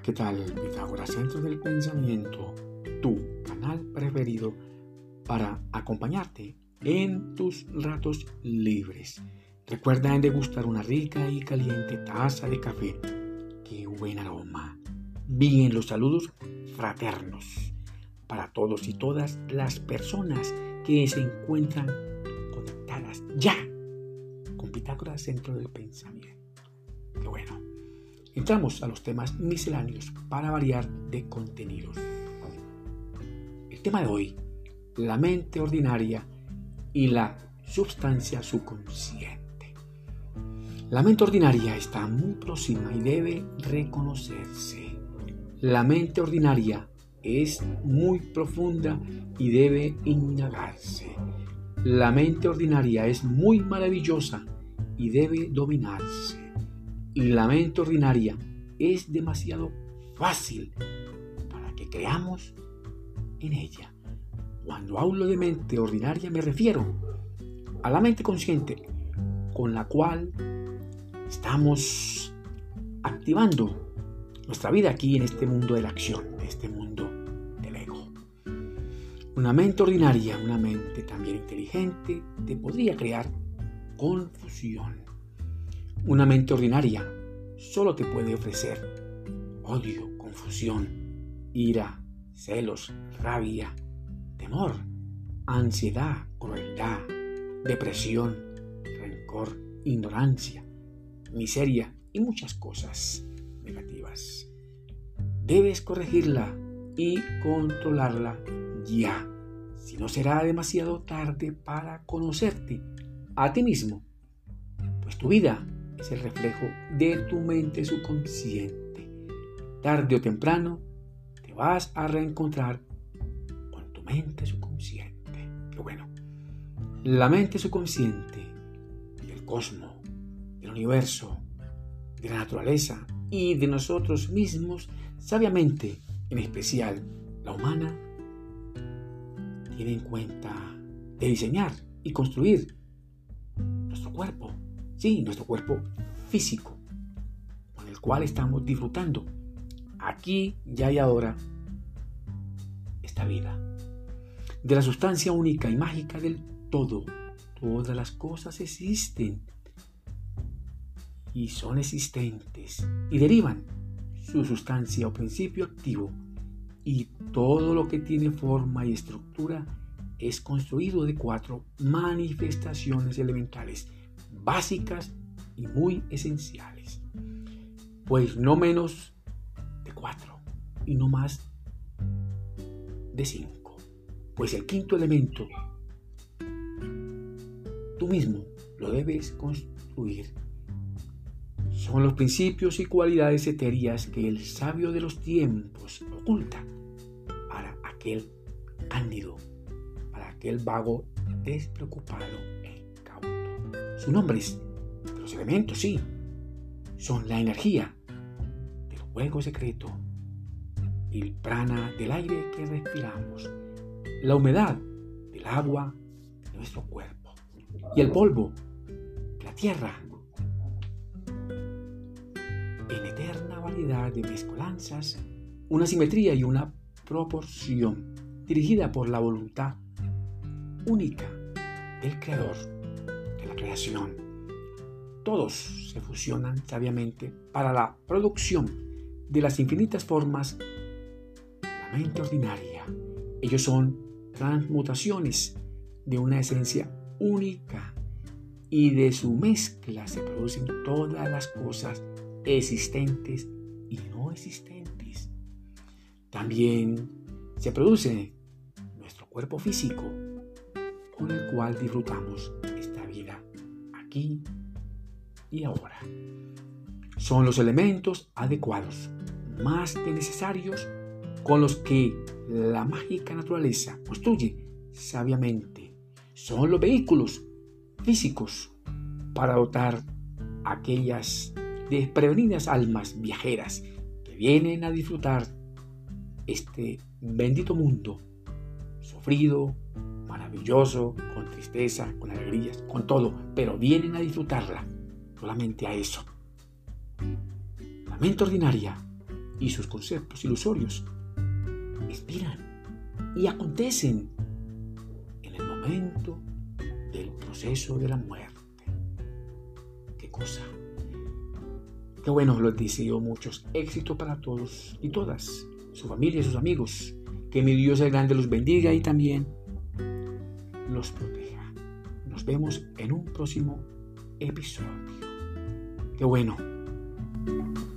¿qué tal? Pitágoras, Centro del Pensamiento, tu canal preferido para acompañarte en tus ratos libres. Recuerda en degustar una rica y caliente taza de café. ¡Qué buen aroma! Bien, los saludos fraternos para todos y todas las personas que se encuentran conectadas ya con Pitágoras, Centro del Pensamiento. ¡Qué bueno! Entramos a los temas misceláneos para variar de contenidos. El tema de hoy, la mente ordinaria y la substancia subconsciente. La mente ordinaria está muy próxima y debe reconocerse. La mente ordinaria es muy profunda y debe indagarse. La mente ordinaria es muy maravillosa y debe dominarse. Y la mente ordinaria es demasiado fácil para que creamos en ella. Cuando hablo de mente ordinaria me refiero a la mente consciente con la cual estamos activando nuestra vida aquí en este mundo de la acción, en este mundo del ego. Una mente ordinaria, una mente también inteligente, te podría crear confusión. Una mente ordinaria solo te puede ofrecer odio, confusión, ira, celos, rabia, temor, ansiedad, crueldad, depresión, rencor, ignorancia, miseria y muchas cosas negativas. Debes corregirla y controlarla ya, si no será demasiado tarde para conocerte a ti mismo, pues tu vida es el reflejo de tu mente subconsciente. Tarde o temprano te vas a reencontrar con tu mente subconsciente. Qué bueno. La mente subconsciente del cosmos, del universo, de la naturaleza y de nosotros mismos, sabiamente, en especial la humana, tiene en cuenta de diseñar y construir nuestro cuerpo. Sí, nuestro cuerpo físico, con el cual estamos disfrutando aquí, ya y ahora, esta vida. De la sustancia única y mágica del todo. Todas las cosas existen y son existentes y derivan su sustancia o principio activo, y todo lo que tiene forma y estructura es construido de 4 manifestaciones elementales básicas y muy esenciales, pues no menos de 4 y no más de 5, pues el quinto elemento tú mismo lo debes construir. Son los principios y cualidades etéreas que el sabio de los tiempos oculta para aquel cándido, para aquel vago despreocupado e incauto. Sus nombres de los elementos, sí, son la energía del fuego secreto, el prana del aire que respiramos, la humedad del agua de nuestro cuerpo y el polvo de la tierra, en eterna variedad de mezcolanzas, una simetría y una proporción dirigida por la voluntad única del Creador de la creación. Todos se fusionan sabiamente para la producción de las infinitas formas de la mente ordinaria. Ellos son transmutaciones de una esencia única, y de su mezcla se producen todas las cosas existentes y no existentes. También se produce nuestro cuerpo físico, con el cual disfrutamos esta vida aquí y ahora. Son los elementos adecuados, más que necesarios, con los que la mágica naturaleza construye sabiamente. Son los vehículos físicos para dotar a aquellas desprevenidas almas viajeras que vienen a disfrutar este bendito mundo sufrido, maravilloso, con tristeza, con alegrías, con todo, pero vienen a disfrutarla, solamente a eso. La mente ordinaria y sus conceptos ilusorios inspiran y acontecen en el momento del proceso de la muerte. ¿Qué cosa? Qué bueno, les deseo muchos éxitos para todos y todas, su familia y sus amigos. Que mi Dios el grande los bendiga y también los proteja. Nos vemos en un próximo episodio. Qué bueno.